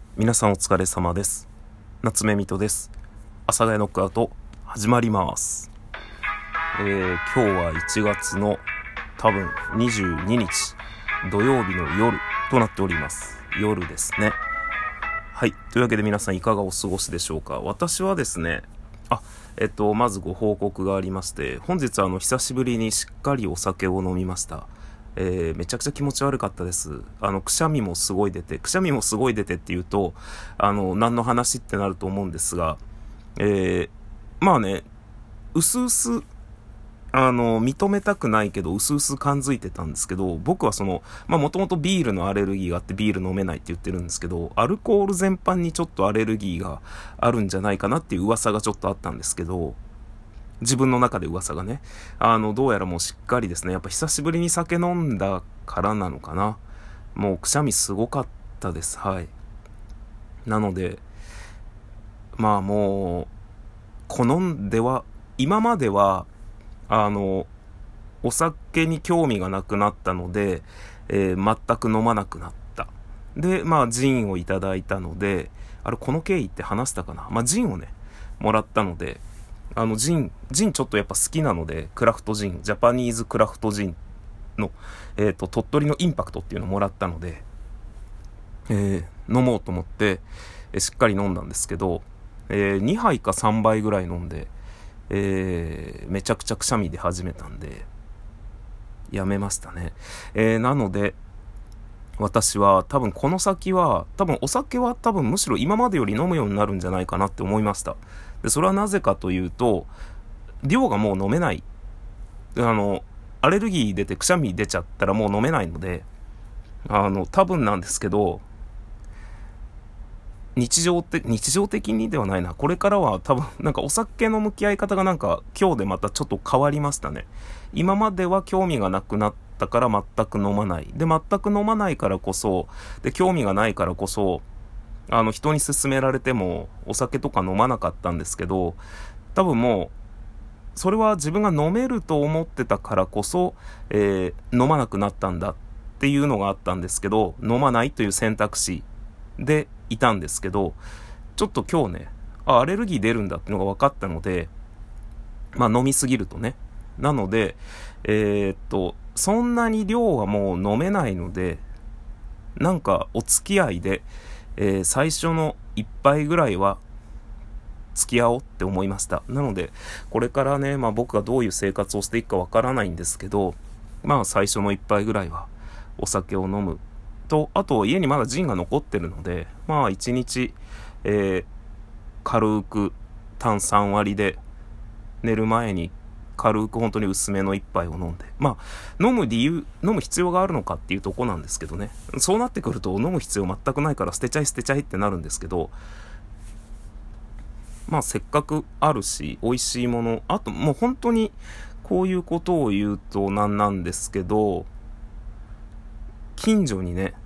皆さんお疲れ様です。夏目みとです。阿佐ヶ谷ノックアウト始まります。今日は1月の多分22日土曜日の夜となっております。夜ですね。はい。というわけで皆さんいかがお過ごしでしょうか。私はですね、まずご報告がありまして、本日久しぶりにしっかりお酒を飲みました。めちゃくちゃ気持ち悪かったです。くしゃみもすごい出てっていうと、何の話ってなると思うんですが、まあね、うすうす、認めたくないけど、うすうす感づいてたんですけど、僕はもともとビールのアレルギーがあってビール飲めないって言ってるんですけど、アルコール全般にちょっとアレルギーがあるんじゃないかなっていう噂がちょっとあったんですけど、自分の中で噂がね、どうやらもうしっかりですね、やっぱ久しぶりに酒飲んだからなのかな。もうくしゃみすごかったです。はい。なので、まあもう、好んでは、今までは、お酒に興味がなくなったので、全く飲まなくなった。で、ジンをいただいたので、この経緯って話したかな。ジンをね、もらったので、ジンちょっとやっぱ好きなので、クラフトジン、ジャパニーズクラフトジンの、鳥取のインパクトっていうのをもらったので、飲もうと思って、しっかり飲んだんですけど、2杯か3杯ぐらい飲んで、めちゃくちゃくしゃみ出始めたんで、やめましたね。なので、私は多分この先は、お酒はむしろ今までより飲むようになるんじゃないかなって思いました。で、それはなぜかというと、量がもう飲めない。アレルギー出てくしゃみ出ちゃったらもう飲めないので、多分なんですけど、日常的にではないな。これからは多分お酒の向き合い方が今日でまたちょっと変わりましたね。今までは興味がなくなったから全く飲まない。で、全く飲まないからこそ、で、興味がないからこそ、人に勧められてもお酒とか飲まなかったんですけど、多分もう、それは自分が飲めると思ってたからこそ、飲まなくなったんだっていうのがあったんですけど、飲まないという選択肢でいたんですけど、ちょっと今日ね、アレルギー出るんだっていうのが分かったので、飲みすぎるとね。なので、そんなに量はもう飲めないので、お付き合いで、最初の一杯ぐらいは付き合おうって思いました。なので、これからね、僕がどういう生活をしていくかわからないんですけど、最初の一杯ぐらいはお酒を飲むと、あと家にまだジンが残ってるので、一日、軽く炭酸割りで寝る前に軽く本当に薄めの一杯を飲んで、飲む必要があるのかっていうとこなんですけどね。そうなってくると飲む必要全くないから捨てちゃいってなるんですけど、せっかくあるし美味しいもの、あともう本当にこういうことを言うとなんですけど、近所にね、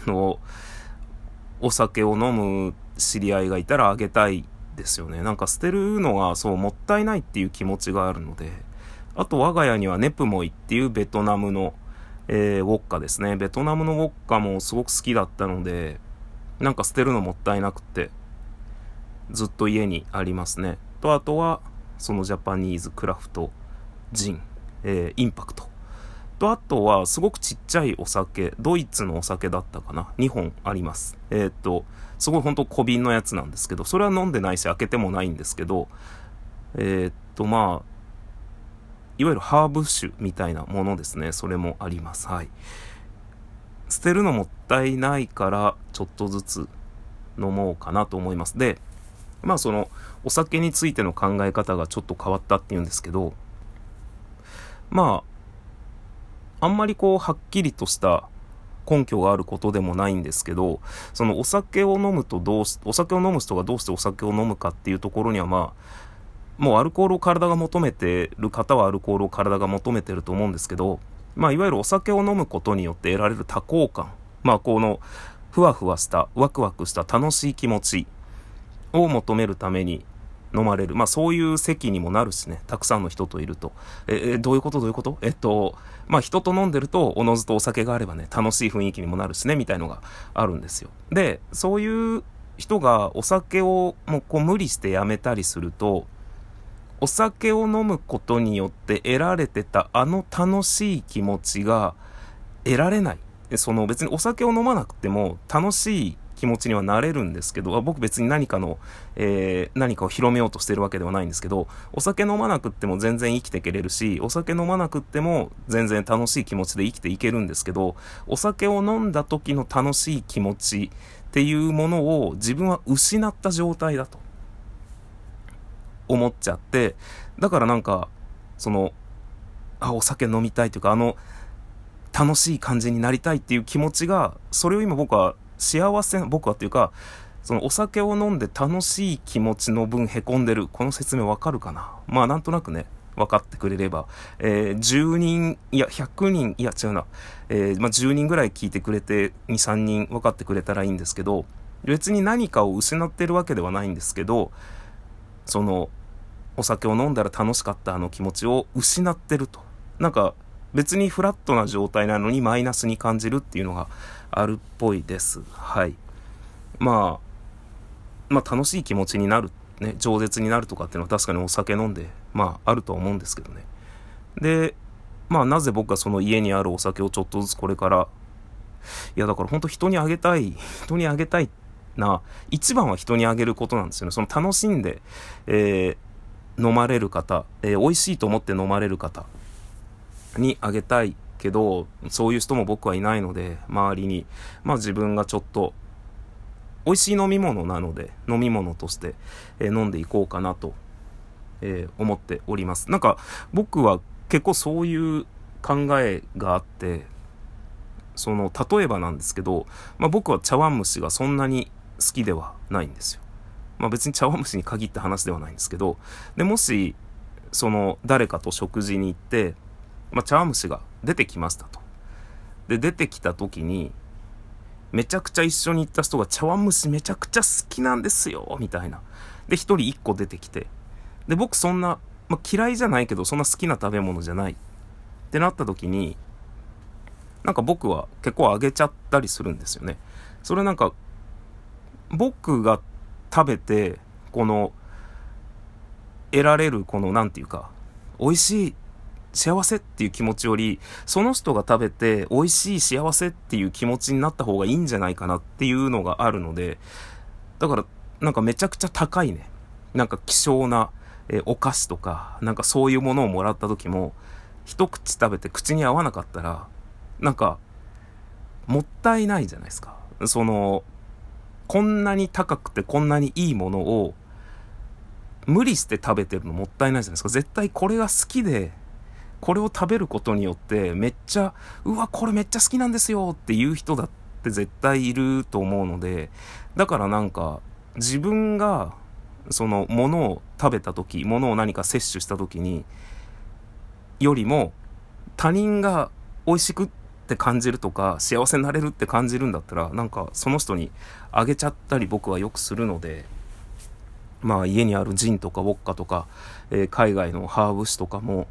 お酒を飲む知り合いがいたらあげたいですよね。捨てるのがもったいないっていう気持ちがあるので、あと我が家にはネプモイっていうベトナムの、ウォッカですね。ベトナムのウォッカもすごく好きだったので、捨てるのもったいなくてずっと家にありますね。あとはそのジャパニーズクラフトジン、インパクトと、あとはすごくちっちゃいお酒、ドイツのお酒だったかな、2本あります。すごい本当小瓶のやつなんですけど、それは飲んでないし開けてもないんですけど、いわゆるハーブ酒みたいなものですね。それもあります。はい。捨てるのもったいないからちょっとずつ飲もうかなと思います。で、お酒についての考え方がちょっと変わったっていうんですけど、あんまりはっきりとした根拠があることでもないんですけど、お酒を飲む人がどうしてお酒を飲むかっていうところにはもうアルコールを体が求めてる方はアルコールを体が求めてると思うんですけど、いわゆるお酒を飲むことによって得られる多幸感、このふわふわしたワクワクした楽しい気持ちを求めるために飲まれる。そういう席にもなるしね。たくさんの人といると。どういうこと人と飲んでると、おのずとお酒があればね、楽しい雰囲気にもなるしね、みたいのがあるんですよ。で、そういう人がお酒をもうこう無理してやめたりすると、お酒を飲むことによって得られてたあの楽しい気持ちが得られない。別にお酒を飲まなくても楽しい気持ちにはなれるんですけど、僕別に何かを広めようとしてるわけではないんですけど、お酒飲まなくっても全然生きていけれるし、お酒飲まなくっても全然楽しい気持ちで生きていけるんですけど、お酒を飲んだ時の楽しい気持ちっていうものを自分は失った状態だと思っちゃって、だからお酒飲みたいというか、楽しい感じになりたいっていう気持ちが、それを今僕はっていうか、そのお酒を飲んで楽しい気持ちの分へこんでる。この説明わかるかな？なんとなくね、分かってくれれば、10人、いや、100人、いや違うな、10人ぐらい聞いてくれて、2、3人分かってくれたらいいんですけど、別に何かを失ってるわけではないんですけど、お酒を飲んだら楽しかったあの気持ちを失ってると。別にフラットな状態なのにマイナスに感じるっていうのがあるっぽいです。はい。楽しい気持ちになる、ね、饒舌になるとかっていうのは確かにお酒飲んで、あるとは思うんですけどね。で、なぜ僕がその家にあるお酒をちょっとずつこれから、だから本当人にあげたいな、一番は人にあげることなんですよね。その楽しんで、飲まれる方、美味しいと思って飲まれる方にあげたいけど、そういう人も僕はいないので、周りに、自分がちょっと美味しい飲み物なので、飲み物として、飲んでいこうかなと、思っております。僕は結構そういう考えがあって、例えばなんですけど、僕は茶碗蒸しがそんなに好きではないんですよ。別に茶碗蒸しに限った話ではないんですけど、でもし誰かと食事に行って、茶碗蒸しが出てきましたと。で出てきた時に、めちゃくちゃ一緒に行った人が茶碗蒸しめちゃくちゃ好きなんですよみたいな。で一人一個出てきて、で僕そんな、嫌いじゃないけどそんな好きな食べ物じゃないってなった時に、僕は結構あげちゃったりするんですよね。それ僕が食べて得られるなんていうか、美味しい幸せっていう気持ちより、その人が食べて美味しい幸せっていう気持ちになった方がいいんじゃないかなっていうのがあるので、だからめちゃくちゃ高いね、希少なお菓子とかそういうものをもらった時も、一口食べて口に合わなかったらもったいないじゃないですか。こんなに高くてこんなにいいものを無理して食べてるのもったいないじゃないですか。絶対これが好きで、これを食べることによってめっちゃ、これめっちゃ好きなんですよっていう人だって絶対いると思うので、だから自分がものを食べた時、ものを何か摂取した時によりも、他人が美味しくって感じるとか幸せになれるって感じるんだったら、その人にあげちゃったり僕はよくするので、家にあるジンとかウォッカとか、海外のハーブ酒とかも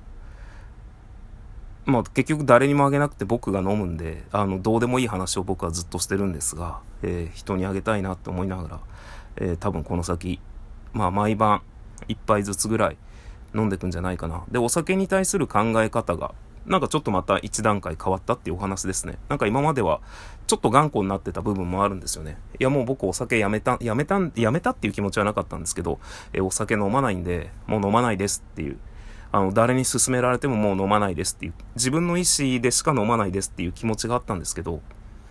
結局誰にもあげなくて僕が飲むんで、どうでもいい話を僕はずっとしてるんですが、人にあげたいなって思いながら、多分この先、毎晩一杯ずつぐらい飲んでくんじゃないかな。で、お酒に対する考え方がちょっとまた一段階変わったっていうお話ですね。今まではちょっと頑固になってた部分もあるんですよね。いやもう僕お酒やめたっていう気持ちはなかったんですけど、お酒飲まないんでもう飲まないですっていう、誰に勧められてももう飲まないですっていう、自分の意思でしか飲まないですっていう気持ちがあったんですけど、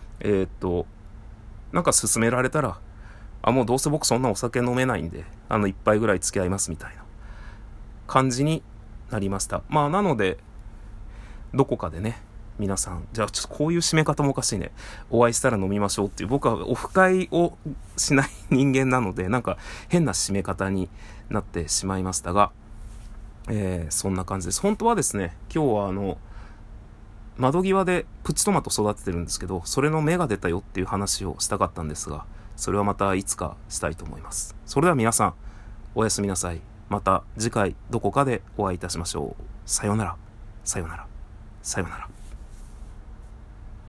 勧められたら、もうどうせ僕そんなお酒飲めないんで、一杯ぐらい付き合いますみたいな感じになりました。なので、どこかでね、皆さん、じゃあちょっとこういう締め方もおかしいね。お会いしたら飲みましょうっていう、僕はオフ会をしない人間なので、変な締め方になってしまいましたが、そんな感じです。本当はですね、今日は窓際でプチトマト育ててるんですけど、それの芽が出たよっていう話をしたかったんですが、それはまたいつかしたいと思います。それでは皆さん、おやすみなさい。また次回どこかでお会いいたしましょう。さようなら。さようなら。さようなら。